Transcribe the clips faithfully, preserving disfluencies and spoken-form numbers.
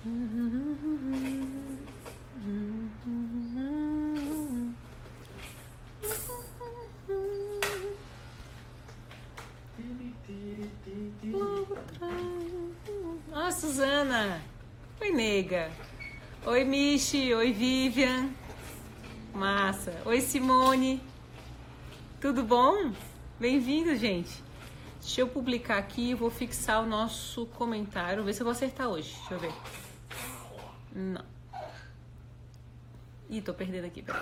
Ah, Suzana. Oi, nega. Oi, Michi. Oi, Vivian. Massa. Oi, Simone. Tudo bom? Bem-vindo, gente. Deixa eu publicar aqui, vou fixar o nosso comentário. Vou ver se eu vou acertar hoje. Deixa eu ver. Não. Ih, tô perdendo aqui, peraí.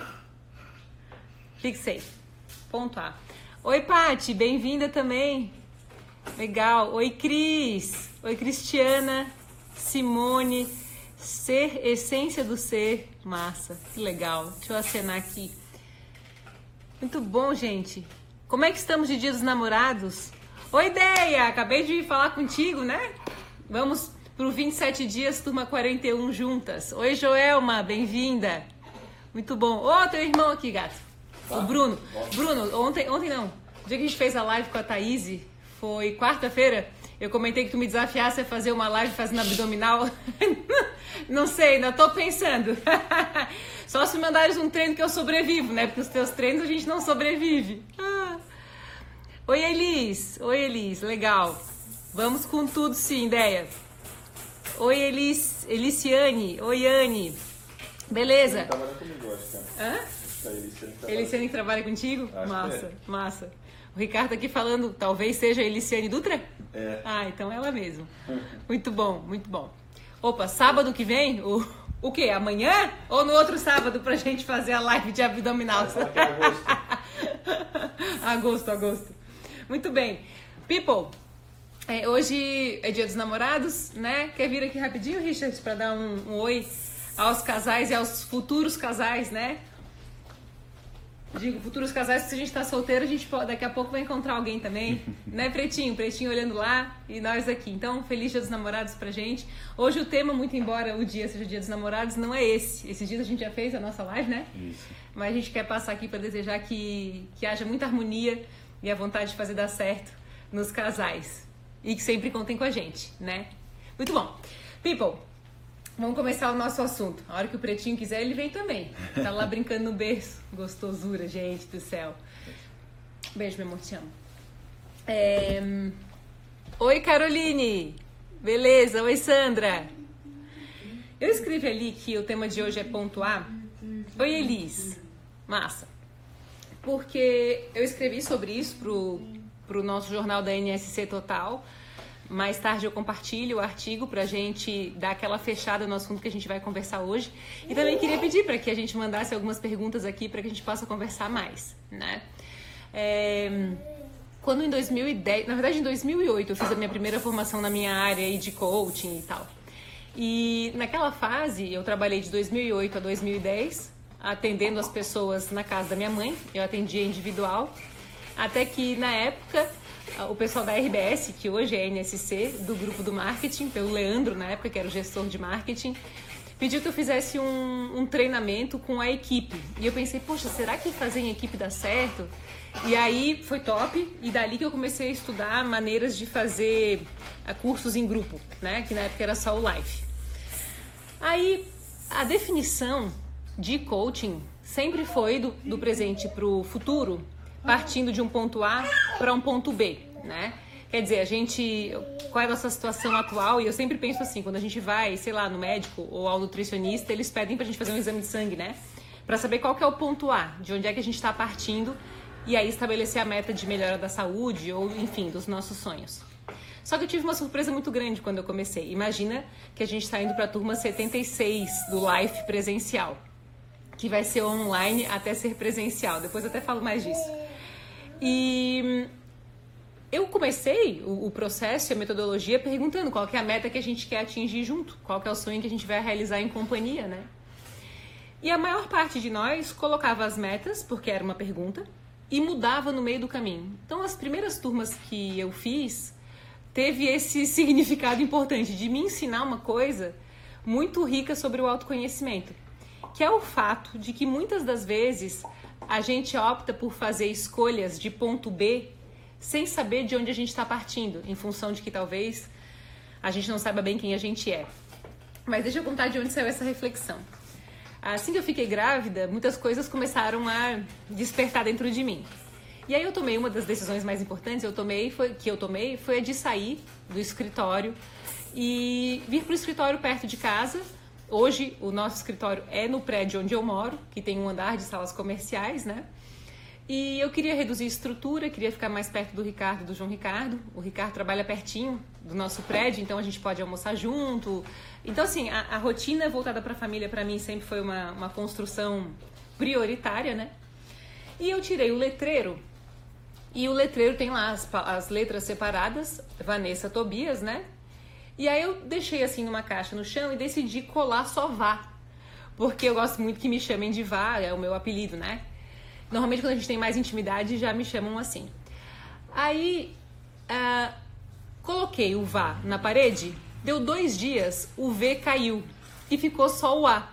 Fixei. Ponto A. Oi, Pati, bem-vinda também. Legal. Oi, Cris. Oi, Cristiana. Simone. Ser, essência do ser. Massa, que legal. Deixa eu acenar aqui. Muito bom, gente. Como é que estamos de Dia dos Namorados? Oi, Deia. Acabei de falar contigo, né? Vamos pro vinte e sete dias, turma quarenta e um juntas. Oi, Joelma. Bem-vinda. Muito bom. Ô, oh, teu irmão aqui, gato. O Bruno. Bruno, ontem, ontem não. O dia que a gente fez a live com a Thaís, foi quarta-feira, eu comentei que tu me desafiasse a fazer uma live fazendo abdominal. Não sei, ainda tô pensando. Só se mandares um treino que eu sobrevivo, né? Porque os teus treinos a gente não sobrevive. Ah. Oi, Elis. Oi, Elis. Legal. Vamos com tudo sim, ideia. Oi, Elis. Eliciane. Oi, Anne. Beleza? Ele trabalha comigo, acho, cara. Hã? Eliciane Eliciane que trabalha contigo? Acho massa, é. massa. O Ricardo aqui falando, talvez seja a Eliciane Dutra? É. Ah, então ela mesmo. Muito bom, muito bom. Opa, sábado que vem, o, o quê? Amanhã? Ou no outro sábado pra gente fazer a live de abdominal? É agosto. agosto, agosto. Muito bem. People, é, hoje é Dia dos Namorados, né? Quer vir aqui rapidinho, Richard, pra dar um, um oi aos casais e aos futuros casais, né? Digo, futuros casais, se a gente tá solteiro, a gente pode, daqui a pouco vai encontrar alguém também, né, Pretinho? Pretinho olhando lá e nós aqui. Então, feliz Dia dos Namorados pra gente. Hoje o tema, muito embora o dia seja Dia dos Namorados, não é esse. Esses dias a gente já fez a nossa live, né? Isso. Mas a gente quer passar aqui pra desejar que, que haja muita harmonia e a vontade de fazer dar certo nos casais. E que sempre contem com a gente, né? Muito bom. People, vamos começar o nosso assunto. A hora que o Pretinho quiser, ele vem também. Tá lá brincando no berço. Gostosura, gente do céu. Beijo, meu amor, te amo. É... Oi, Caroline. Beleza? Oi, Sandra. Eu escrevi ali que o tema de hoje é ponto A. Oi, Elis. Massa. Porque eu escrevi sobre isso pro, pro nosso jornal da N S C Total. Mais tarde eu compartilho o artigo pra gente dar aquela fechada no assunto que a gente vai conversar hoje. E também queria pedir para que a gente mandasse algumas perguntas aqui para que a gente possa conversar mais, né? É... Quando em dois mil e dez, na verdade em dois mil e oito, eu fiz a minha primeira formação na minha área aí de coaching e tal. E naquela fase, eu trabalhei de dois mil e oito a dois mil e dez, atendendo as pessoas na casa da minha mãe. Eu atendia individual, até que na época o pessoal da R B S, que hoje é N S C, do grupo do marketing, pelo Leandro, na época, que era o gestor de marketing, pediu que eu fizesse um, um treinamento com a equipe. E eu pensei, poxa, será que fazer em equipe dá certo? E aí foi top, e dali que eu comecei a estudar maneiras de fazer uh, cursos em grupo, né? Que na época era só o live. Aí, a definição de coaching sempre foi do, do presente para o futuro, partindo de um ponto A para um ponto B, né? Quer dizer, a gente... Qual é a nossa situação atual? E eu sempre penso assim, quando a gente vai, sei lá, no médico ou ao nutricionista, eles pedem pra gente fazer um exame de sangue, né? Pra saber qual que é o ponto A, de onde é que a gente tá partindo, e aí estabelecer a meta de melhora da saúde ou, enfim, dos nossos sonhos. Só que eu tive uma surpresa muito grande quando eu comecei. Imagina que a gente tá indo pra turma setenta e seis do Life presencial, que vai ser online até ser presencial. Depois eu até falo mais disso. E eu comecei o, o processo e a metodologia perguntando qual que é a meta que a gente quer atingir junto, qual que é o sonho que a gente vai realizar em companhia, né? E a maior parte de nós colocava as metas, porque era uma pergunta, e mudava no meio do caminho. Então, as primeiras turmas que eu fiz, teve esse significado importante de me ensinar uma coisa muito rica sobre o autoconhecimento, que é o fato de que muitas das vezes a gente opta por fazer escolhas de ponto B sem saber de onde a gente está partindo, em função de que talvez a gente não saiba bem quem a gente é. Mas deixa eu contar de onde saiu essa reflexão. Assim que eu fiquei grávida, muitas coisas começaram a despertar dentro de mim. E aí eu tomei uma das decisões mais importantes eu tomei, foi, que eu tomei foi a de sair do escritório e vir para o escritório perto de casa. Hoje o nosso escritório é no prédio onde eu moro, que tem um andar de salas comerciais, né? E eu queria reduzir a estrutura, queria ficar mais perto do Ricardo, do João Ricardo. O Ricardo trabalha pertinho do nosso prédio, então a gente pode almoçar junto. Então, assim, a, a rotina voltada para a família, para mim, sempre foi uma, uma construção prioritária, né? E eu tirei o letreiro, e o letreiro tem lá as, as letras separadas, Vanessa Tobias, né? E aí eu deixei assim numa caixa no chão e decidi colar só Vá, porque eu gosto muito que me chamem de Vá, é o meu apelido, né? Normalmente quando a gente tem mais intimidade já me chamam assim. Aí uh, coloquei o Vá na parede, deu dois dias, o V caiu e ficou só o A.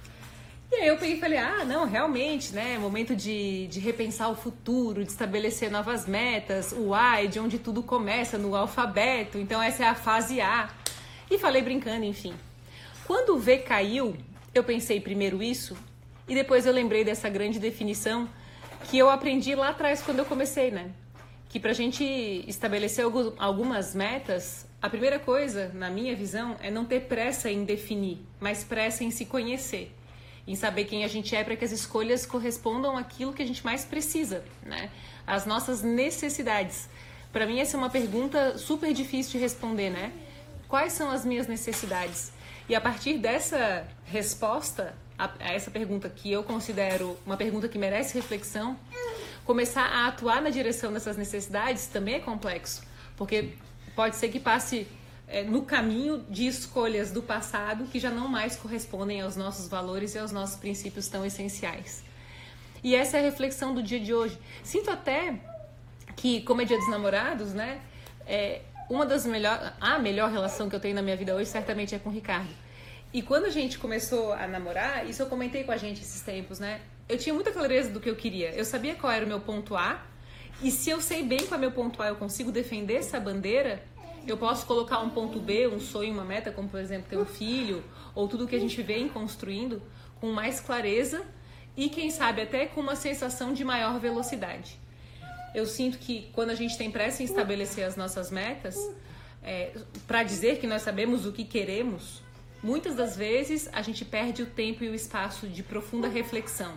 E aí eu peguei e falei, ah, não, realmente, né, momento de, de repensar o futuro, de estabelecer novas metas, o A é de onde tudo começa, no alfabeto, então essa é a fase A. E falei brincando, enfim. Quando o V caiu, eu pensei primeiro isso, e depois eu lembrei dessa grande definição que eu aprendi lá atrás quando eu comecei, né? Que pra gente estabelecer algumas metas, a primeira coisa, na minha visão, é não ter pressa em definir, mas pressa em se conhecer. Em saber quem a gente é para que as escolhas correspondam àquilo que a gente mais precisa, né? As nossas necessidades. Para mim essa é uma pergunta super difícil de responder, né? Quais são as minhas necessidades? E a partir dessa resposta a, a essa pergunta que eu considero uma pergunta que merece reflexão, começar a atuar na direção dessas necessidades também é complexo, porque pode ser que passe é, no caminho de escolhas do passado que já não mais correspondem aos nossos valores e aos nossos princípios tão essenciais. E essa é a reflexão do dia de hoje. Sinto até que, como é Dia dos Namorados, né, é, uma das melhores, a melhor relação que eu tenho na minha vida hoje certamente é com o Ricardo. E quando a gente começou a namorar, isso eu comentei com a gente esses tempos, né? Eu tinha muita clareza do que eu queria. Eu sabia qual era o meu ponto A. E se eu sei bem qual é o meu ponto A, eu consigo defender essa bandeira, eu posso colocar um ponto B, um sonho, uma meta, como por exemplo ter um filho, ou tudo que a gente vem construindo, com mais clareza e quem sabe até com uma sensação de maior velocidade. Eu sinto que quando a gente tem pressa em estabelecer as nossas metas, é, para dizer que nós sabemos o que queremos, muitas das vezes a gente perde o tempo e o espaço de profunda reflexão.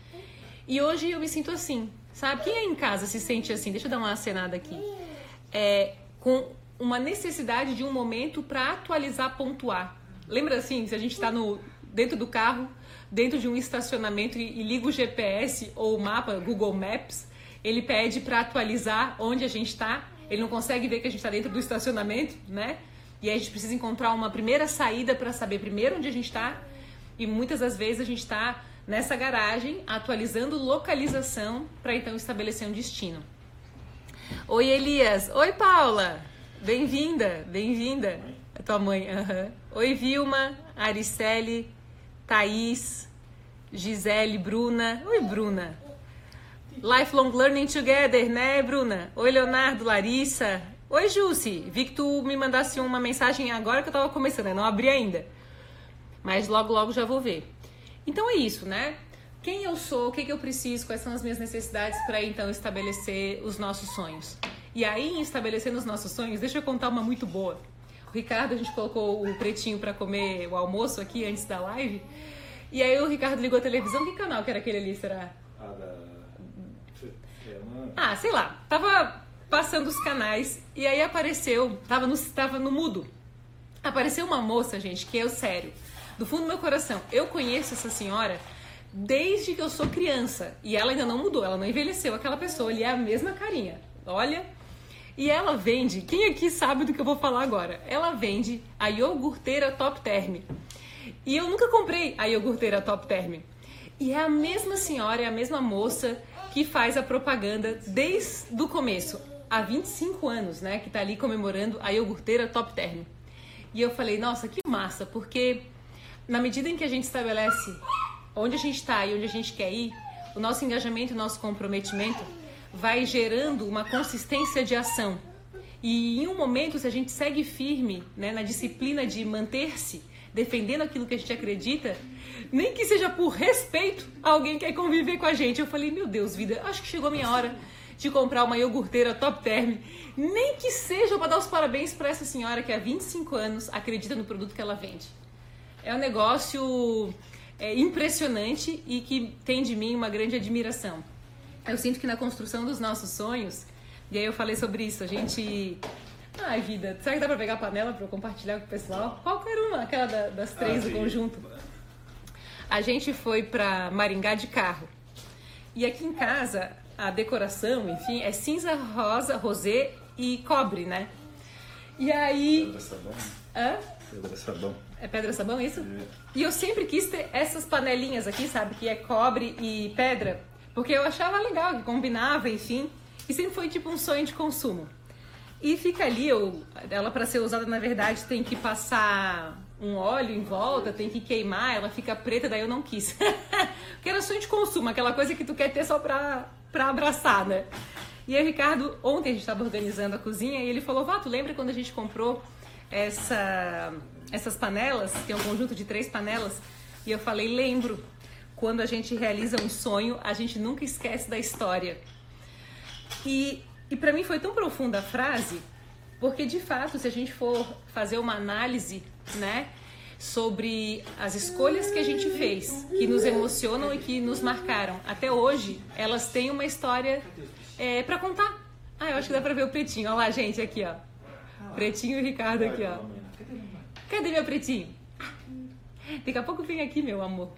E hoje eu me sinto assim, sabe? Quem aí em casa se sente assim? Deixa eu dar uma acenada aqui. É, com uma necessidade de um momento para atualizar, pontuar. Lembra assim, se a gente está no, dentro do carro, dentro de um estacionamento e, e liga o G P S ou o mapa, Google Maps, ele pede para atualizar onde a gente está, ele não consegue ver que a gente está dentro do estacionamento, né? E aí a gente precisa encontrar uma primeira saída para saber primeiro onde a gente está, e muitas das vezes a gente está nessa garagem atualizando localização para então estabelecer um destino. Oi Elias, oi Paula, bem-vinda, bem-vinda, é tua mãe. Uhum. Oi Vilma, Aricele, Thaís, Gisele, Bruna, oi Bruna. Lifelong Learning Together, né, Bruna? Oi, Leonardo, Larissa. Oi, Jussi. Vi que tu me mandasse uma mensagem agora que eu tava começando, eu não abri ainda. Mas logo, logo já vou ver. Então é isso, né? Quem eu sou, o que, que eu preciso, quais são as minhas necessidades para então estabelecer os nossos sonhos. E aí, em estabelecendo os nossos sonhos, deixa eu contar uma muito boa. O Ricardo, a gente colocou o pretinho para comer o almoço aqui antes da live. E aí o Ricardo ligou a televisão. Que canal que era aquele ali, será? Ah, da... Ah, sei lá, tava passando os canais e aí apareceu, tava no, tava no mudo, apareceu uma moça, gente, que eu, sério, do fundo do meu coração, eu conheço essa senhora desde que eu sou criança e ela ainda não mudou, ela não envelheceu, aquela pessoa ali é a mesma carinha, olha, e ela vende, quem aqui sabe do que eu vou falar agora, ela vende a iogurteira Top Term, e eu nunca comprei a iogurteira Top Term, e é a mesma senhora, é a mesma moça que faz a propaganda desde o começo, há vinte e cinco anos, né, que tá ali comemorando a iogurteira Top Term. E eu falei, nossa, que massa, porque na medida em que a gente estabelece onde a gente está e onde a gente quer ir, o nosso engajamento, o nosso comprometimento vai gerando uma consistência de ação. E em um momento, se a gente segue firme, né, na disciplina de manter-se defendendo aquilo que a gente acredita, nem que seja por respeito, alguém quer conviver com a gente. Eu falei, meu Deus, vida, acho que chegou a minha hora de comprar uma iogurteira top term, nem que seja para dar os parabéns para essa senhora que há vinte e cinco anos acredita no produto que ela vende. É um negócio é, impressionante e que tem de mim uma grande admiração. Eu sinto que na construção dos nossos sonhos, e aí eu falei sobre isso, a gente... Ai, vida, será que dá pra pegar a panela pra eu compartilhar com o pessoal? Qualquer uma, aquela da, das três ah, do conjunto. A gente foi pra Maringá de carro. E aqui em casa, a decoração, enfim, é cinza, rosa, rosé e cobre, né? E aí... Pedra sabão. Hã? Pedra sabão. É pedra sabão isso? É. E eu sempre quis ter essas panelinhas aqui, sabe? Que é cobre e pedra. Porque eu achava legal, que combinava, enfim. E sempre foi tipo um sonho de consumo. E fica ali, eu, ela para ser usada na verdade tem que passar um óleo em volta, tem que queimar, ela fica preta, daí eu não quis. Porque era sonho de consumo, aquela coisa que tu quer ter só pra, pra abraçar, né? E aí o Ricardo, ontem a gente estava organizando a cozinha e ele falou, Vá, tu lembra quando a gente comprou essa, essas panelas? Tem um conjunto de três panelas. E eu falei, lembro, quando a gente realiza um sonho, a gente nunca esquece da história. E... E para mim foi tão profunda a frase, porque de fato, se a gente for fazer uma análise, né, sobre as escolhas que a gente fez, que nos emocionam e que nos marcaram, até hoje, elas têm uma história é, para contar. Ah, eu acho que dá para ver o Pretinho. Olha lá, gente, aqui, ó. Pretinho e o Ricardo aqui, ó. Cadê meu Pretinho? Daqui a pouco vem aqui, meu amor.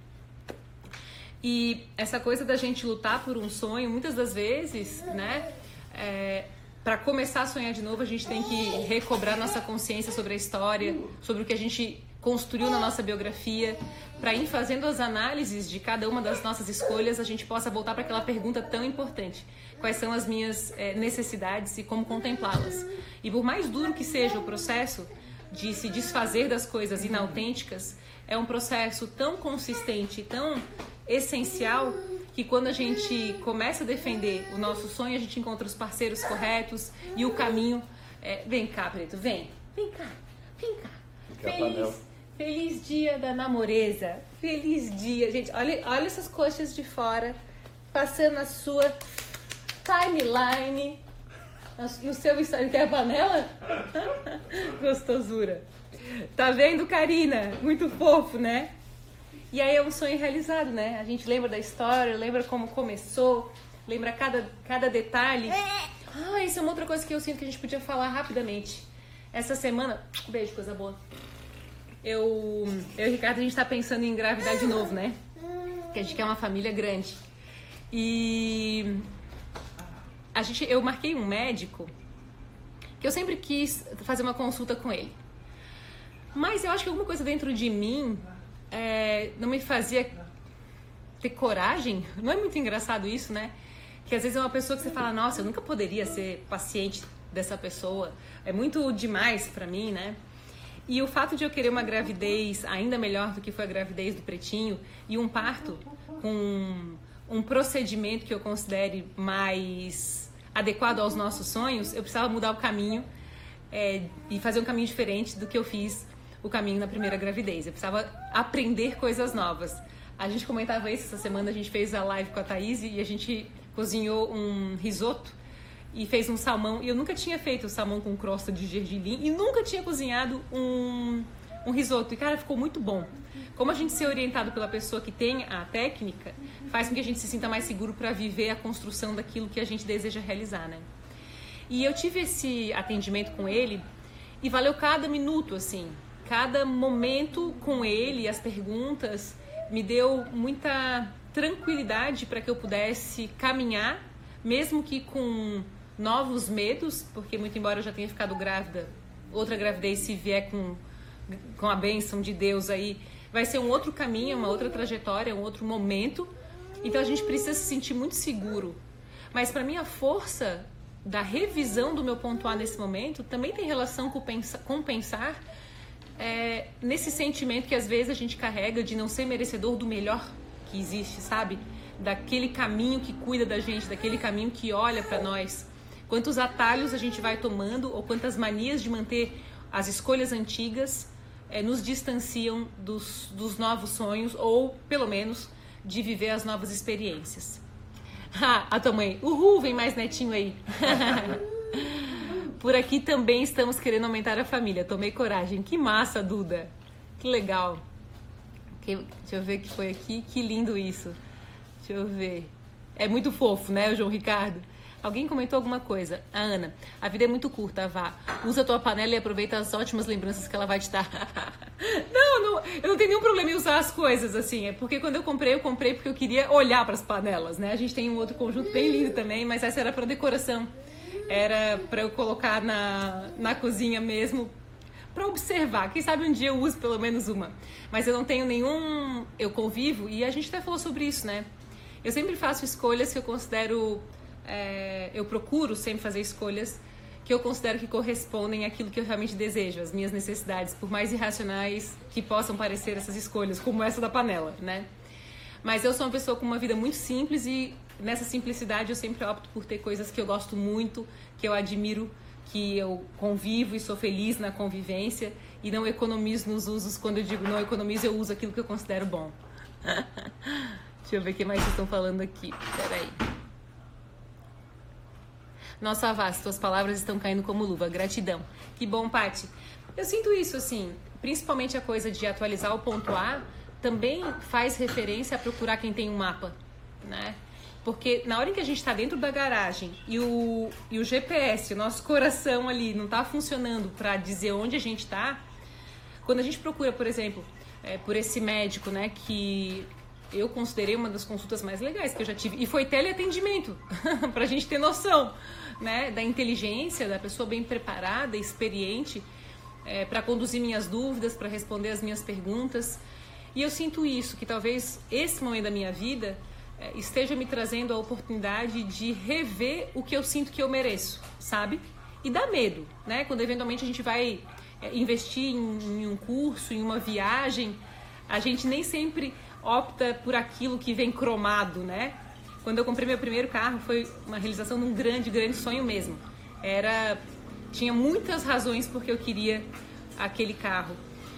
E essa coisa da gente lutar por um sonho, muitas das vezes, né? É, para começar a sonhar de novo, a gente tem que recobrar nossa consciência sobre a história, sobre o que a gente construiu na nossa biografia, para ir fazendo as análises de cada uma das nossas escolhas, a gente possa voltar para aquela pergunta tão importante: quais são as minhas é, necessidades e como contemplá-las? E por mais duro que seja o processo de se desfazer das coisas inautênticas, é um processo tão consistente, tão essencial, que quando a gente começa a defender o nosso sonho, a gente encontra os parceiros corretos e o caminho... É, vem cá, Preto, vem. Vem cá, vem cá. Feliz, feliz dia da namoreza. Feliz dia, gente. Olha, olha essas coxas de fora, passando a sua timeline, no seu Instagram. Quer a panela? Gostosura. Tá vendo, Karina? Muito fofo, né? E aí é um sonho realizado, né? A gente lembra da história, lembra como começou, lembra cada, cada detalhe. Ah, isso é uma outra coisa que eu sinto que a gente podia falar rapidamente. Essa semana... Beijo, coisa boa. Eu, eu e o Ricardo, a gente tá pensando em engravidar de novo, né? Porque a gente quer uma família grande. E... A gente, eu marquei um médico que eu sempre quis fazer uma consulta com ele. Mas eu acho que alguma coisa dentro de mim... É, não me fazia ter coragem. Não é muito engraçado isso, né? Que às vezes é uma pessoa que você fala, nossa, eu nunca poderia ser paciente dessa pessoa. É muito demais pra mim, né? E o fato de eu querer uma gravidez ainda melhor do que foi a gravidez do Pretinho e um parto com um procedimento que eu considere mais adequado aos nossos sonhos, eu precisava mudar o caminho é, e fazer um caminho diferente do que eu fiz o caminho na primeira gravidez. Eu precisava aprender coisas novas. A gente comentava isso essa semana, a gente fez a live com a Thaís e a gente cozinhou um risoto e fez um salmão. E eu nunca tinha feito salmão com crosta de gergelim e nunca tinha cozinhado um, um risoto. E, cara, ficou muito bom. Como a gente ser orientado pela pessoa que tem a técnica, faz com que a gente se sinta mais seguro para viver a construção daquilo que a gente deseja realizar, né? E eu tive esse atendimento com ele e valeu cada minuto, assim. Cada momento com ele, as perguntas, me deu muita tranquilidade para que eu pudesse caminhar, mesmo que com novos medos, porque muito embora eu já tenha ficado grávida, outra gravidez se vier com, com a bênção de Deus aí, vai ser um outro caminho, uma outra trajetória, um outro momento. Então a gente precisa se sentir muito seguro. Mas para mim a força da revisão do meu ponto A nesse momento também tem relação com, pensa, com pensar É, nesse sentimento que às vezes a gente carrega de não ser merecedor do melhor que existe, sabe? Daquele caminho que cuida da gente, daquele caminho que olha pra nós. Quantos atalhos a gente vai tomando ou quantas manias de manter as escolhas antigas é, nos distanciam dos, dos novos sonhos, ou pelo menos de viver as novas experiências. Ah, a tua mãe, uhul, vem mais netinho aí. Por aqui também estamos querendo aumentar a família. Tomei coragem. Que massa, Duda. Que legal. Que, deixa eu ver o que foi aqui. Que lindo isso. Deixa eu ver. É muito fofo, né, o João Ricardo? Alguém comentou alguma coisa. A Ana. A vida é muito curta, vá. Usa a tua panela e aproveita as ótimas lembranças que ela vai te dar. Não, não, eu não tenho nenhum problema em usar as coisas, assim. É porque quando eu comprei, eu comprei porque eu queria olhar para as panelas, né? A gente tem um outro conjunto bem lindo também, mas essa era para decoração. Era para eu colocar na, na cozinha mesmo, para observar. Quem sabe um dia eu uso pelo menos uma. Mas eu não tenho nenhum... Eu convivo, e a gente até falou sobre isso, né? Eu sempre faço escolhas que eu considero... É, eu procuro sempre fazer escolhas que eu considero que correspondem àquilo que eu realmente desejo, às minhas necessidades, por mais irracionais que possam parecer essas escolhas, como essa da panela, né? Mas eu sou uma pessoa com uma vida muito simples e nessa simplicidade eu sempre opto por ter coisas que eu gosto muito, que eu admiro, que eu convivo e sou feliz na convivência e não economizo nos usos. Quando eu digo não economizo, eu uso aquilo que eu considero bom. Deixa eu ver o que mais vocês estão falando aqui. Peraí. Nossa, Avaz, tuas palavras estão caindo como luva. Gratidão. Que bom, Paty. Eu sinto isso, assim, principalmente a coisa de atualizar o ponto A também faz referência a procurar quem tem um mapa, né? Porque na hora em que a gente está dentro da garagem e o, e o G P S, o nosso coração ali, não está funcionando para dizer onde a gente está, quando a gente procura, por exemplo, é, por esse médico, né, que eu considerei uma das consultas mais legais que eu já tive, e foi teleatendimento, para a gente ter noção, né, da inteligência, da pessoa bem preparada, experiente, é, para conduzir minhas dúvidas, para responder as minhas perguntas. E eu sinto isso, que talvez esse momento da minha vida é, esteja me trazendo a oportunidade de rever o que eu sinto que eu mereço, sabe? E dá medo, né? Quando eventualmente a gente vai é, investir em, em um curso, em uma viagem, a gente nem sempre opta por aquilo que vem cromado, né? Quando eu comprei meu primeiro carro, foi uma realização de um grande, grande sonho mesmo. Era... Tinha muitas razões porque eu queria aquele carro.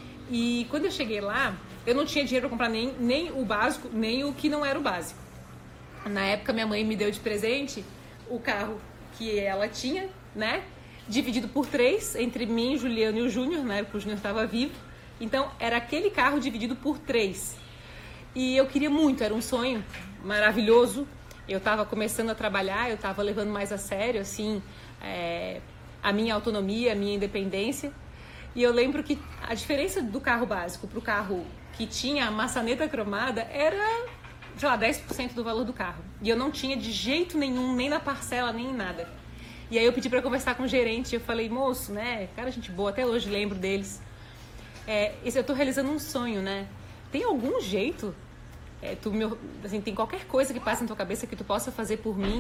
E quando eu cheguei lá, eu não tinha dinheiro para comprar nem, nem o básico, nem o que não era o básico. Na época, minha mãe me deu de presente o carro que ela tinha, né? Dividido por três, entre mim, Juliano e o Júnior, né? Porque o Júnior estava vivo. Então, era aquele carro dividido por três. E eu queria muito, era um sonho maravilhoso. Eu estava começando a trabalhar, eu estava levando mais a sério, assim, é, a minha autonomia, a minha independência. E eu lembro que a diferença do carro básico para o carro que tinha a maçaneta cromada era, sei lá, dez por cento do valor do carro. E eu não tinha de jeito nenhum, nem na parcela, nem em nada. E aí eu pedi para conversar com o gerente, eu falei, moço, né, cara, gente boa, até hoje lembro deles. É, eu tô realizando um sonho, né? Tem algum jeito, é, tu me, assim, tem qualquer coisa que passe na tua cabeça que tu possa fazer por mim,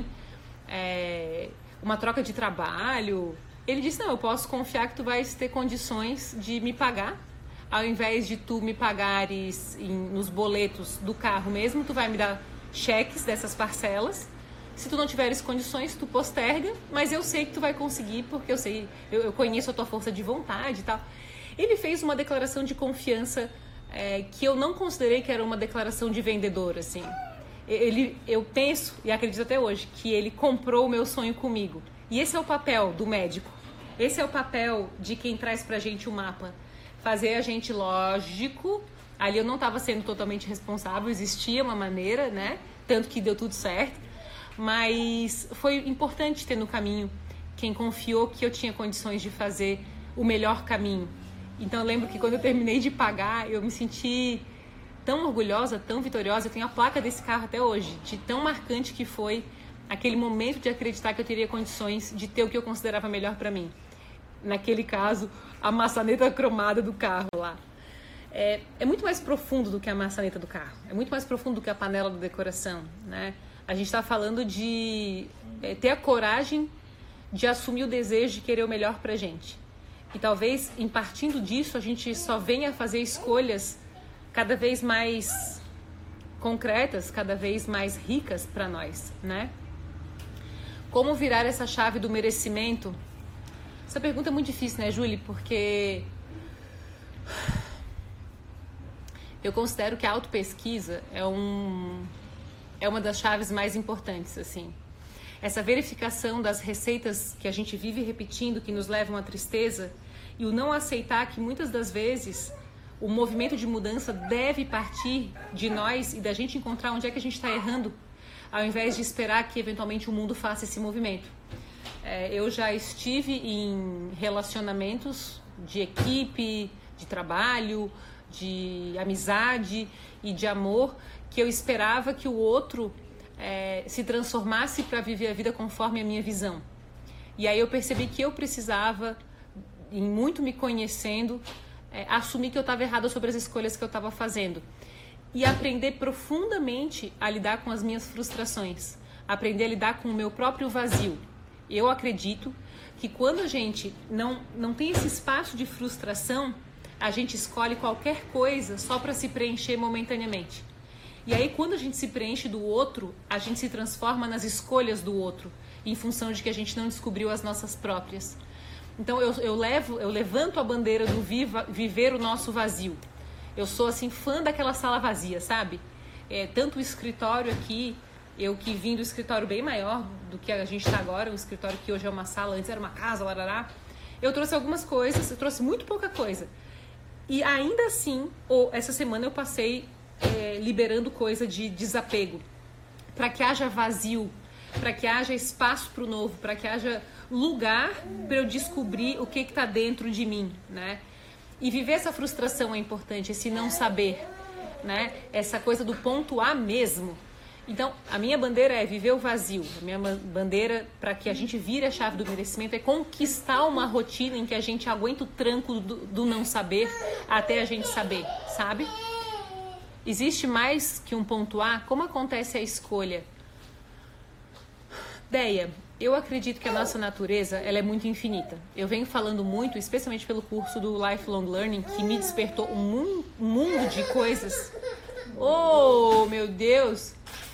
é, uma troca de trabalho? Ele disse, não, eu posso confiar que tu vais ter condições de me pagar. Ao invés de tu me pagares em, nos boletos do carro mesmo, tu vai me dar cheques dessas parcelas. Se tu não tiveres condições, tu posterga, mas eu sei que tu vai conseguir, porque eu sei, eu, eu conheço a tua força de vontade e tal. Ele fez uma declaração de confiança é, que eu não considerei que era uma declaração de vendedor, assim. Ele, eu penso, e acredito até hoje, que ele comprou o meu sonho comigo. E esse é o papel do médico. Esse é o papel de quem traz pra gente o mapa. Fazer a gente, lógico, ali eu não estava sendo totalmente responsável, existia uma maneira, né? Tanto que deu tudo certo. Mas foi importante ter no caminho quem confiou que eu tinha condições de fazer o melhor caminho. Então eu lembro que quando eu terminei de pagar, eu me senti tão orgulhosa, tão vitoriosa. Eu tenho a placa desse carro até hoje, de tão marcante que foi aquele momento de acreditar que eu teria condições de ter o que eu considerava melhor para mim. Naquele caso, a maçaneta cromada do carro lá. É, é muito mais profundo do que a maçaneta do carro. É muito mais profundo do que a panela de decoração, né? A gente está falando de é, ter a coragem de assumir o desejo de querer o melhor pra gente. E talvez, em partindo disso, a gente só venha a fazer escolhas cada vez mais concretas, cada vez mais ricas para nós, né? Como virar essa chave do merecimento? Essa pergunta é muito difícil, né, Julie? Porque eu considero que a autopesquisa é, um, é uma das chaves mais importantes, assim. Essa verificação das receitas que a gente vive repetindo, que nos levam à tristeza, e o não aceitar que muitas das vezes o movimento de mudança deve partir de nós e da gente encontrar onde é que a gente está errando, ao invés de esperar que eventualmente o mundo faça esse movimento. É, eu já estive em relacionamentos de equipe, de trabalho, de amizade e de amor, que eu esperava que o outro é, se transformasse para viver a vida conforme a minha visão. E aí eu percebi que eu precisava, em muito me conhecendo, é, assumir que eu estava errada sobre as escolhas que eu estava fazendo. E aprender profundamente a lidar com as minhas frustrações. Aprender a lidar com o meu próprio vazio. Eu acredito que quando a gente não, não tem esse espaço de frustração, a gente escolhe qualquer coisa só para se preencher momentaneamente. E aí, quando a gente se preenche do outro, a gente se transforma nas escolhas do outro, em função de que a gente não descobriu as nossas próprias. Então, eu, eu, levo, eu levanto a bandeira do viva, viver o nosso vazio. Eu sou, assim, fã daquela sala vazia, sabe? É, tanto o escritório aqui, eu que vim do escritório bem maior do que a gente está agora, um escritório que hoje é uma sala, antes era uma casa, larará. Eu trouxe algumas coisas, eu trouxe muito pouca coisa. E ainda assim, ou, essa semana eu passei é, liberando coisa de desapego, para que haja vazio, para que haja espaço para o novo, para que haja lugar para eu descobrir o que está dentro de mim, né? E viver essa frustração é importante, esse não saber, né? Essa coisa do ponto A mesmo. Então, a minha bandeira é viver o vazio. A minha bandeira para que a gente vire a chave do merecimento é conquistar uma rotina em que a gente aguenta o tranco do, do não saber até a gente saber, sabe? Existe mais que um ponto A? Como acontece a escolha? Deia, eu acredito que a nossa natureza ela é muito infinita. Eu venho falando muito, especialmente pelo curso do Lifelong Learning, que me despertou um mundo de coisas. Oh, meu Deus!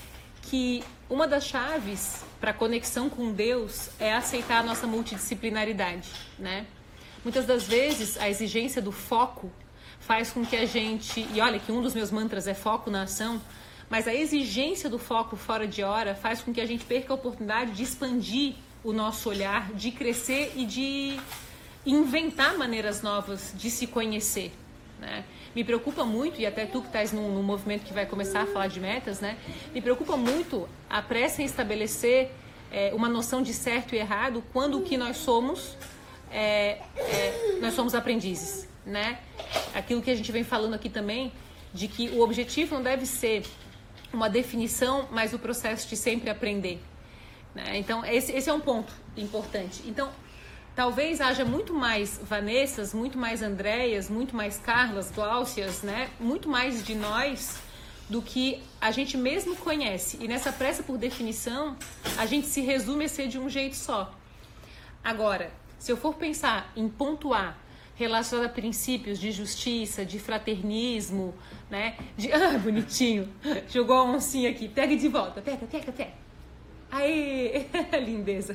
Que uma das chaves para a conexão com Deus é aceitar a nossa multidisciplinaridade, né? Muitas das vezes a exigência do foco faz com que a gente... E olha que um dos meus mantras é foco na ação, mas a exigência do foco fora de hora faz com que a gente perca a oportunidade de expandir o nosso olhar, de crescer e de inventar maneiras novas de se conhecer, né? Me preocupa muito, e até tu que estás num, num movimento que vai começar a falar de metas, né? Me preocupa muito a pressa em estabelecer é, uma noção de certo e errado quando o que nós somos, é, é, nós somos aprendizes, né? Aquilo que a gente vem falando aqui também, de que o objetivo não deve ser uma definição, mas o processo de sempre aprender, né? Então, esse, esse é um ponto importante. Então, talvez haja muito mais Vanessas, muito mais Andréias, muito mais Carlas, Gláucias, né? Muito mais de nós do que a gente mesmo conhece. E nessa pressa por definição, a gente se resume a ser de um jeito só. Agora, se eu for pensar em pontuar relacionado a princípios de justiça, de fraternismo, né? De... Ah, bonitinho! Jogou a oncinha aqui. Pega de volta. Pega, pega, pega. Aê! Lindeza!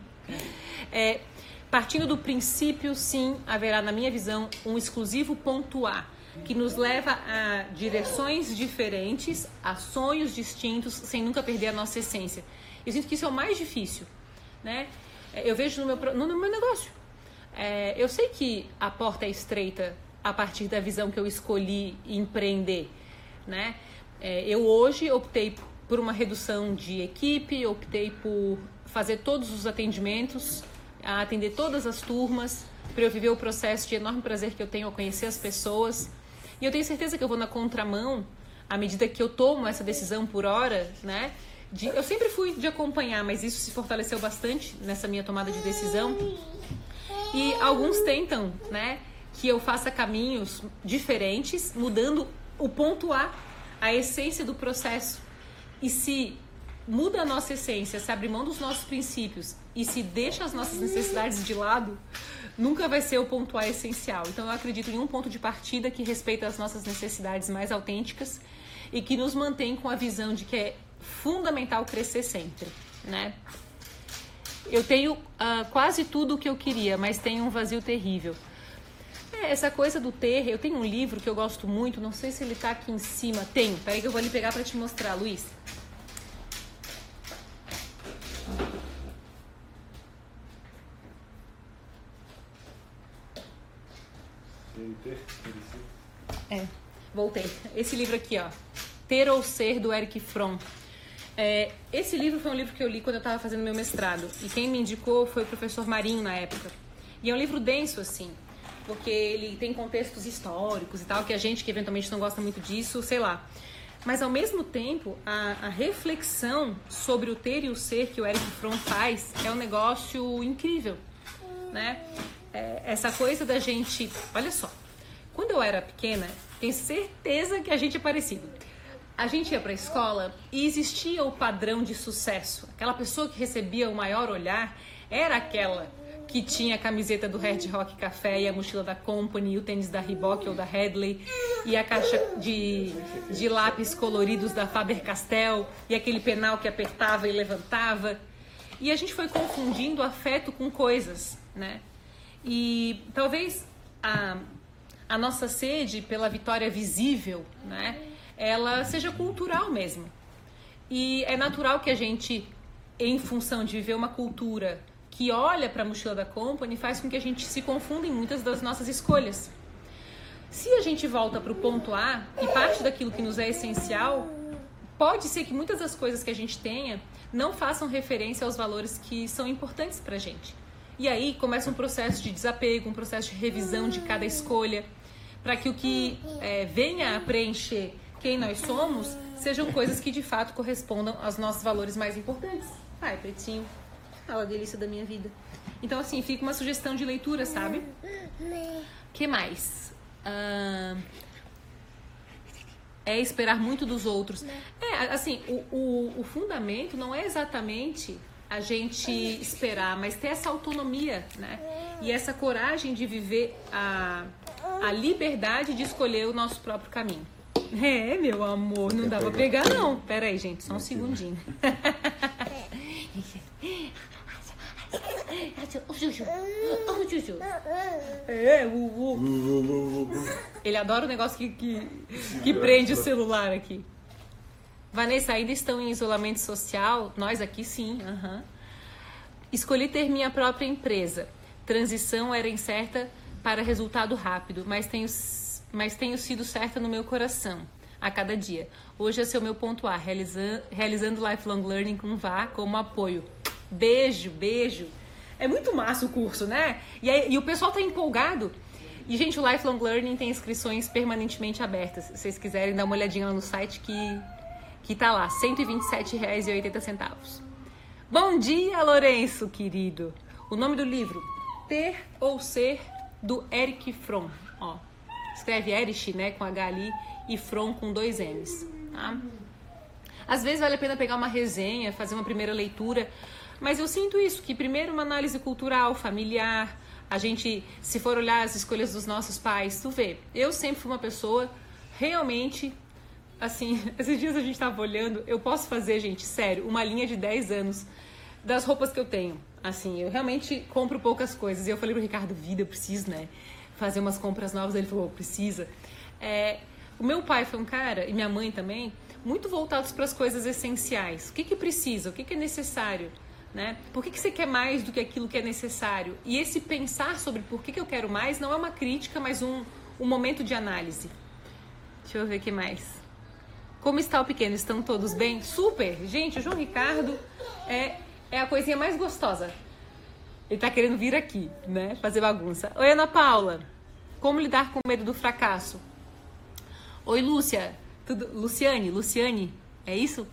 É... Partindo do princípio, sim, haverá, na minha visão, um exclusivo ponto A, que nos leva a direções diferentes, a sonhos distintos, sem nunca perder a nossa essência. Eu sinto que isso é o mais difícil, né? Eu vejo no meu, no meu negócio. É, eu sei que a porta é estreita a partir da visão que eu escolhi empreender, né? É, eu hoje optei por uma redução de equipe, optei por fazer todos os atendimentos, a atender todas as turmas, para eu viver o processo de enorme prazer que eu tenho ao conhecer as pessoas. E eu tenho certeza que eu vou na contramão, à medida que eu tomo essa decisão por hora, né? De, eu sempre fui de acompanhar, mas isso se fortaleceu bastante nessa minha tomada de decisão. E alguns tentam, né, que eu faça caminhos diferentes, mudando o ponto A, a essência do processo. E se muda a nossa essência, se abre mão dos nossos princípios e se deixa as nossas necessidades de lado, nunca vai ser o ponto A essencial. Então eu acredito em um ponto de partida que respeita as nossas necessidades mais autênticas e que nos mantém com a visão de que é fundamental crescer sempre, né? Eu tenho uh, quase tudo o que eu queria, mas tenho um vazio terrível. É, essa coisa do ter, eu tenho um livro que eu gosto muito, não sei se ele tá aqui em cima. Tenho, peraí que eu vou ali pegar pra te mostrar, Luiz. É, voltei. Esse livro aqui, ó. Ter ou Ser, do Erich Fromm. É, esse livro foi um livro que eu li quando eu estava fazendo meu mestrado. E quem me indicou foi o professor Marinho, na época. E é um livro denso, assim, porque ele tem contextos históricos e tal, que a gente que eventualmente não gosta muito disso, sei lá. Mas, ao mesmo tempo, a, a reflexão sobre o ter e o ser que o Erich Fromm faz é um negócio incrível, né? É, essa coisa da gente... Olha só, quando eu era pequena, tenho certeza que a gente é parecido. A gente ia para a escola e existia o padrão de sucesso. Aquela pessoa que recebia o maior olhar era aquela que tinha a camiseta do Red Rock Café e a mochila da Company, e o tênis da Reebok ou da Hadley, e a caixa de, de lápis coloridos da Faber-Castell, e aquele penal que apertava e levantava. E a gente foi confundindo afeto com coisas, né? E talvez a, a nossa sede pela vitória visível, né, ela seja cultural mesmo. E é natural que a gente, em função de viver uma cultura que olha para a mochila da Company, faz com que a gente se confunda em muitas das nossas escolhas. Se a gente volta para o ponto A e parte daquilo que nos é essencial, pode ser que muitas das coisas que a gente tenha não façam referência aos valores que são importantes para a gente. E aí começa um processo de desapego, um processo de revisão de cada escolha, para que o que é, venha a preencher quem nós somos sejam coisas que de fato correspondam aos nossos valores mais importantes. Ai, pretinho, fala a delícia da minha vida. Então, assim, fica uma sugestão de leitura, sabe? Que mais? Ah, é esperar muito dos outros. É, assim, o, o, o fundamento não é exatamente a gente esperar, mas ter essa autonomia, né? E essa coragem de viver a, a liberdade de escolher o nosso próprio caminho. É, meu amor, não dá pra pegar não. Pera aí, gente, só um segundinho. É, o, o. Ele adora o negócio que, que, que prende o celular aqui. Vanessa, ainda estão em isolamento social? Nós aqui sim. Uhum. Escolhi ter minha própria empresa. Transição era incerta para resultado rápido, mas tenho, mas tenho sido certa no meu coração a cada dia. Hoje esse é o meu ponto A, realizando, realizando lifelong learning com V A como apoio. Beijo, beijo. É muito massa o curso, né? E, aí, e o pessoal tá empolgado. E, gente, o Lifelong Learning tem inscrições permanentemente abertas. Se vocês quiserem dar uma olhadinha lá no site que, que tá lá, cento e vinte e sete reais e oitenta centavos. Bom dia, Lourenço, querido. O nome do livro, Ter ou Ser, do Erich Fromm. Ó, escreve Erich, né, com H ali, e Fromm com dois M's. Tá? Às vezes vale a pena pegar uma resenha, fazer uma primeira leitura, mas eu sinto isso, que primeiro uma análise cultural, familiar, a gente, se for olhar as escolhas dos nossos pais, tu vê, eu sempre fui uma pessoa realmente, assim, esses dias a gente tava olhando, eu posso fazer, gente, sério, uma linha de dez anos das roupas que eu tenho, assim, eu realmente compro poucas coisas, e eu falei pro Ricardo, vida, eu preciso, né, fazer umas compras novas, ele falou, precisa. É, o meu pai foi um cara, e minha mãe também, muito voltados para as coisas essenciais, o que que precisa, o que que é necessário, né? Por que que você quer mais do que aquilo que é necessário? E esse pensar sobre por que que eu quero mais não é uma crítica, mas um, um momento de análise. Deixa eu ver o que mais. Como está o pequeno? Estão todos bem? Super! Gente, o João Ricardo é, é a coisinha mais gostosa. Ele tá querendo vir aqui, né? Fazer bagunça. Oi, Ana Paula. Como lidar com o medo do fracasso? Oi, Lúcia. Tudo... Luciane, Luciane, é isso?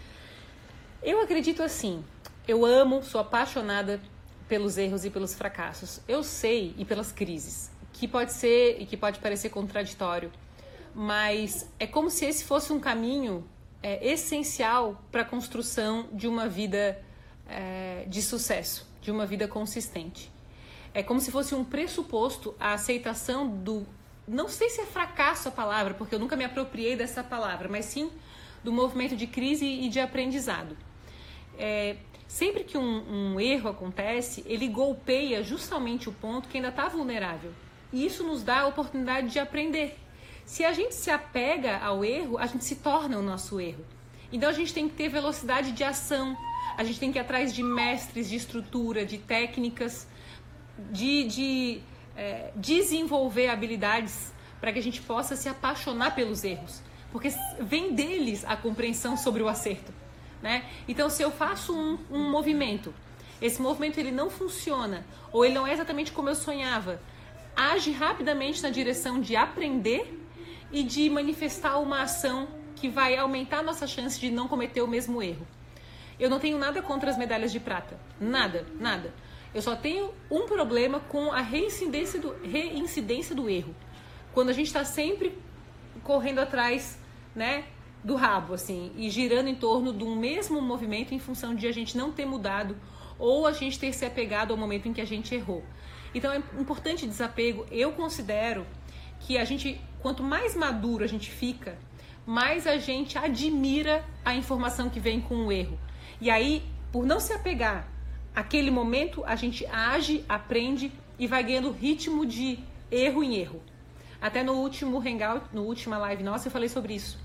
Eu acredito assim... Eu amo, sou apaixonada pelos erros e pelos fracassos. Eu sei, e pelas crises, que pode ser e que pode parecer contraditório, mas é como se esse fosse um caminho é, essencial para a construção de uma vida é, de sucesso, de uma vida consistente. É como se fosse um pressuposto a aceitação do... Não sei se é fracasso a palavra, porque eu nunca me apropriei dessa palavra, mas sim do movimento de crise e de aprendizado. É... Sempre que um, um erro acontece, ele golpeia justamente o ponto que ainda está vulnerável. E isso nos dá a oportunidade de aprender. Se a gente se apega ao erro, a gente se torna o nosso erro. Então a gente tem que ter velocidade de ação, a gente tem que ir atrás de mestres, de estrutura, de técnicas, de, de é, desenvolver habilidades para que a gente possa se apaixonar pelos erros. Porque vem deles a compreensão sobre o acerto, né? Então, se eu faço um, um movimento, esse movimento ele não funciona, ou ele não é exatamente como eu sonhava, age rapidamente na direção de aprender e de manifestar uma ação que vai aumentar a nossa chance de não cometer o mesmo erro. Eu não tenho nada contra as medalhas de prata, nada, nada. Eu só tenho um problema com a reincidência do, reincidência do erro. Quando a gente está sempre correndo atrás, né, do rabo, assim, e girando em torno de um mesmo movimento em função de a gente não ter mudado ou a gente ter se apegado ao momento em que a gente errou. Então é importante desapego. Eu considero que a gente, quanto mais maduro a gente fica, mais a gente admira a informação que vem com o erro. E aí, por não se apegar àquele momento, a gente age, aprende e vai ganhando ritmo de erro em erro. Até no último hangout, no última live nossa, eu falei sobre isso,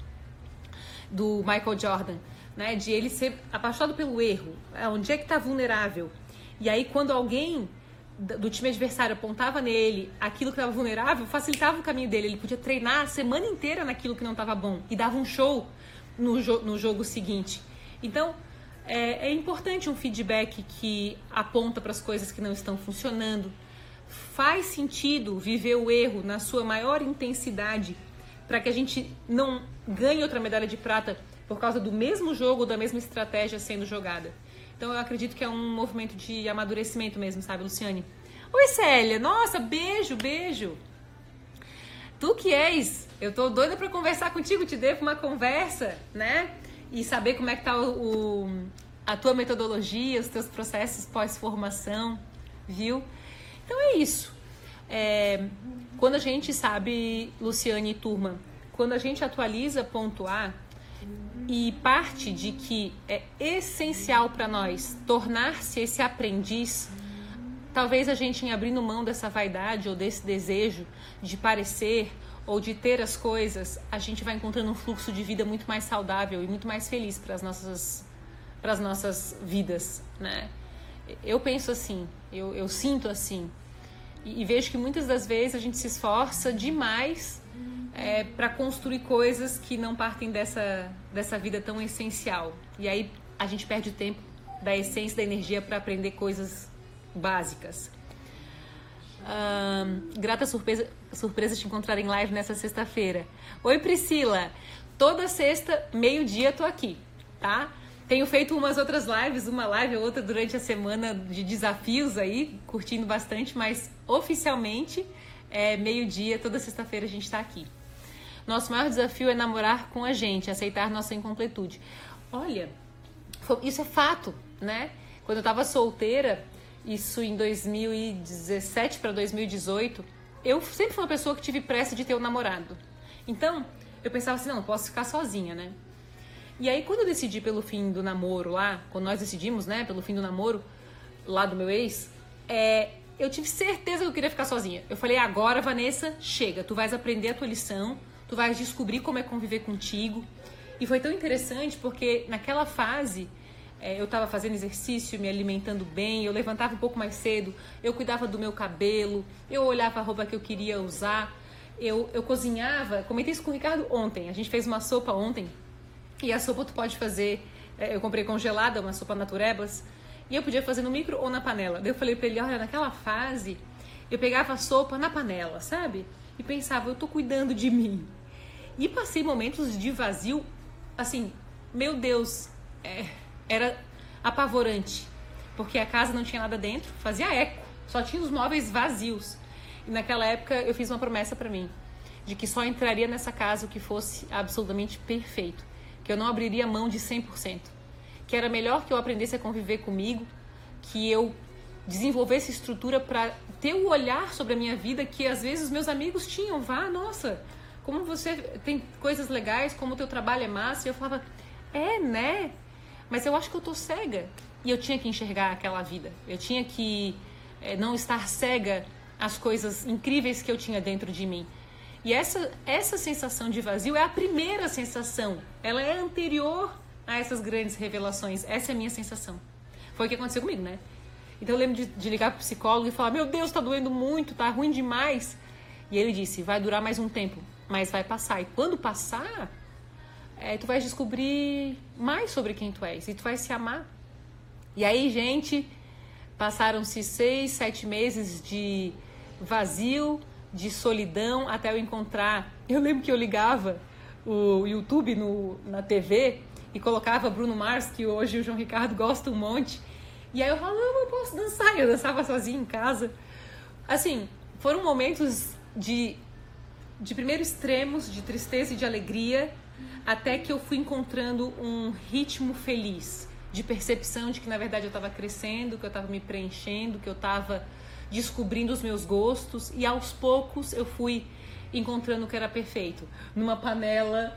do Michael Jordan, né? De ele ser apaixonado pelo erro, onde é que está vulnerável. E aí, quando alguém do time adversário apontava nele aquilo que estava vulnerável, facilitava o caminho dele. Ele podia treinar a semana inteira naquilo que não estava bom e dava um show no, jo- no jogo seguinte. Então, é, é importante um feedback que aponta para as coisas que não estão funcionando. Faz sentido viver o erro na sua maior intensidade para que a gente não ganhe outra medalha de prata por causa do mesmo jogo, da mesma estratégia sendo jogada. Então eu acredito que é um movimento de amadurecimento mesmo, sabe, Luciane? Oi, Célia! Nossa, beijo, beijo! Tu que és, eu tô doida pra conversar contigo, te devo uma conversa, né? E saber como é que tá o, o, a tua metodologia, os teus processos pós-formação, viu? Então é isso. É, quando a gente sabe, Luciane e turma, quando a gente atualiza ponto A e parte de que é essencial para nós tornar-se esse aprendiz, talvez a gente, em abrindo mão dessa vaidade ou desse desejo de parecer ou de ter as coisas, a gente vai encontrando um fluxo de vida muito mais saudável e muito mais feliz para as nossas, para as nossas vidas, né? Eu penso assim, eu, eu sinto assim. E, e vejo que muitas das vezes a gente se esforça demais é, para construir coisas que não partem dessa, dessa vida tão essencial. E aí a gente perde o tempo da essência, da energia para aprender coisas básicas. Hum, grata surpresa, surpresa te encontrar em live nessa sexta-feira. Oi, Priscila! Toda sexta, meio-dia, tô aqui, tá? Tenho feito umas outras lives, uma live ou outra durante a semana de desafios aí, curtindo bastante, mas oficialmente é meio-dia, toda sexta-feira a gente tá aqui. Nosso maior desafio é namorar com a gente, aceitar nossa incompletude. Olha, isso é fato, né? Quando eu tava solteira, isso em dois mil e dezessete para dois mil e dezoito, eu sempre fui uma pessoa que tive pressa de ter um namorado. Então, eu pensava assim, não, não posso ficar sozinha, né? E aí, quando eu decidi pelo fim do namoro lá, quando nós decidimos, né, pelo fim do namoro lá do meu ex, é, eu tive certeza que eu queria ficar sozinha. Eu falei, agora, Vanessa, chega, tu vais aprender a tua lição, tu vais descobrir como é conviver contigo. E foi tão interessante porque naquela fase é, eu estava fazendo exercício, me alimentando bem, eu levantava um pouco mais cedo, eu cuidava do meu cabelo, eu olhava a roupa que eu queria usar, eu, eu cozinhava. Comentei isso com o Ricardo ontem, a gente fez uma sopa ontem, e a sopa tu pode fazer, é, eu comprei congelada, uma sopa naturebas, e eu podia fazer no micro ou na panela. Daí eu falei pra ele, olha, naquela fase eu pegava a sopa na panela, sabe? E pensava, eu tô cuidando de mim. E passei momentos de vazio, assim, meu Deus, é, era apavorante, porque a casa não tinha nada dentro, fazia eco, só tinha os móveis vazios. E naquela época eu fiz uma promessa pra mim, de que só entraria nessa casa o que fosse absolutamente perfeito, que eu não abriria mão de cem por cento, que era melhor que eu aprendesse a conviver comigo, que eu desenvolvesse estrutura para ter o olhar sobre a minha vida que às vezes os meus amigos tinham. Vá, nossa, como você tem coisas legais, como o teu trabalho é massa. E eu falava, é, né? Mas eu acho que eu tô cega. E eu tinha que enxergar aquela vida. Eu tinha que é, não estar cega as coisas incríveis que eu tinha dentro de mim. E essa, essa sensação de vazio é a primeira sensação. Ela é anterior a essas grandes revelações. Essa é a minha sensação. Foi o que aconteceu comigo, né? Então eu lembro de, de ligar pro psicólogo e falar, meu Deus, tá doendo muito, tá ruim demais. E ele disse, vai durar mais um tempo, mas vai passar. E quando passar, é, tu vais descobrir mais sobre quem tu és. E tu vai se amar. E aí, gente, passaram-se seis, sete meses de vazio, de solidão, até eu encontrar. Eu lembro que eu ligava o YouTube no, na T V e colocava Bruno Mars, que hoje o João Ricardo gosta um monte. E aí eu falava, não, eu posso dançar. Eu dançava sozinha em casa. Assim, foram momentos de, de primeiro extremos, de tristeza e de alegria, até que eu fui encontrando um ritmo feliz, de percepção de que, na verdade, eu estava crescendo, que eu estava me preenchendo, que eu estava descobrindo os meus gostos, e aos poucos eu fui encontrando o que era perfeito. Numa panela,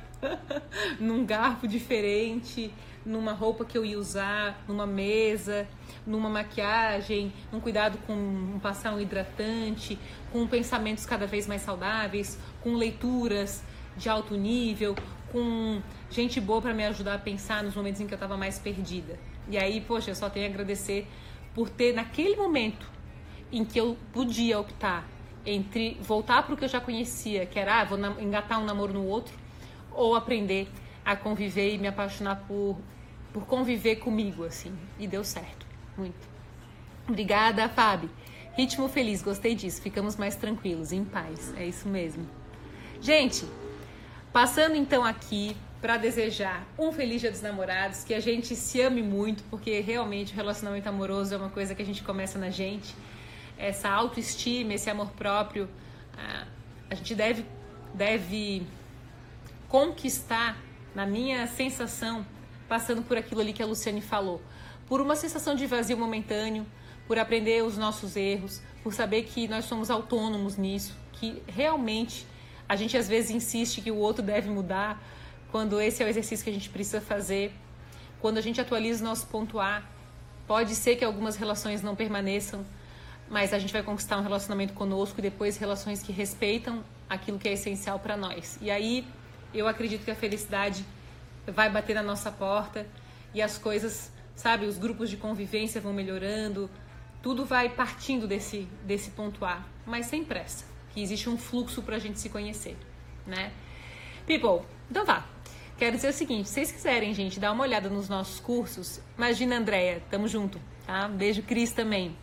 num garfo diferente, numa roupa que eu ia usar, numa mesa, numa maquiagem, num cuidado com passar um hidratante, com pensamentos cada vez mais saudáveis, com leituras de alto nível, com gente boa para me ajudar a pensar nos momentos em que eu estava mais perdida. E aí, poxa, eu só tenho a agradecer por ter, naquele momento em que eu podia optar entre voltar para o que eu já conhecia, que era, ah, vou engatar um namoro no outro, ou aprender a conviver e me apaixonar por, por conviver comigo, assim. E deu certo, muito. Obrigada, Fábio. Ritmo feliz, gostei disso. Ficamos mais tranquilos, em paz. É isso mesmo. Gente, passando então aqui para desejar um feliz Dia dos Namorados, que a gente se ame muito, porque realmente o relacionamento amoroso é uma coisa que a gente começa na gente. Essa autoestima, esse amor próprio, a gente deve, deve conquistar, na minha sensação, passando por aquilo ali que a Luciane falou. Por uma sensação de vazio momentâneo, por aprender os nossos erros, por saber que nós somos autônomos nisso, que realmente a gente às vezes insiste que o outro deve mudar, quando esse é o exercício que a gente precisa fazer. Quando a gente atualiza o nosso ponto A, pode ser que algumas relações não permaneçam, mas a gente vai conquistar um relacionamento conosco e depois relações que respeitam aquilo que é essencial para nós. E aí eu acredito que a felicidade vai bater na nossa porta e as coisas, sabe, os grupos de convivência vão melhorando, tudo vai partindo desse, desse ponto A, mas sem pressa, que existe um fluxo para a gente se conhecer, né? People, então tá. Quero dizer o seguinte, se vocês quiserem, gente, dar uma olhada nos nossos cursos, imagina, Andréia, tamo junto, tá? Beijo, Cris, também.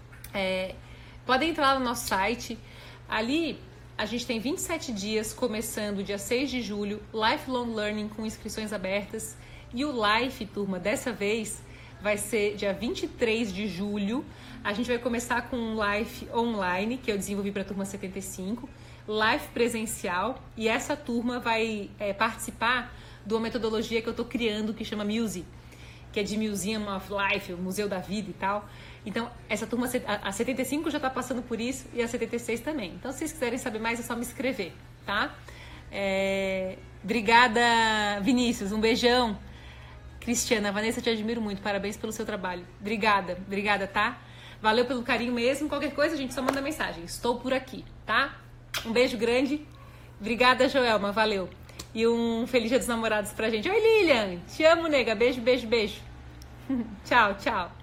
É, podem entrar lá no nosso site. Ali a gente tem vinte e sete dias, começando dia seis de julho, Lifelong Learning com inscrições abertas. E o Life, turma, dessa vez vai ser dia vinte e três de julho. A gente vai começar com um Life online, que eu desenvolvi para a turma setenta e cinco, Life presencial, e essa turma vai é, participar de uma metodologia que eu estou criando, que chama Muse, que é de Museum of Life, o Museu da Vida e tal. Então, essa turma, a setenta e cinco já está passando por isso e a setenta e seis também. Então, se vocês quiserem saber mais, é só me escrever, tá? É... Obrigada, Vinícius. Um beijão. Cristiana, Vanessa, te admiro muito. Parabéns pelo seu trabalho. Obrigada, obrigada, tá? Valeu pelo carinho mesmo. Qualquer coisa, a gente só manda mensagem. Estou por aqui, tá? Um beijo grande. Obrigada, Joelma. Valeu. E um feliz Dia dos Namorados pra gente. Oi, Lilian. Te amo, nega. Beijo, beijo, beijo. Tchau, tchau.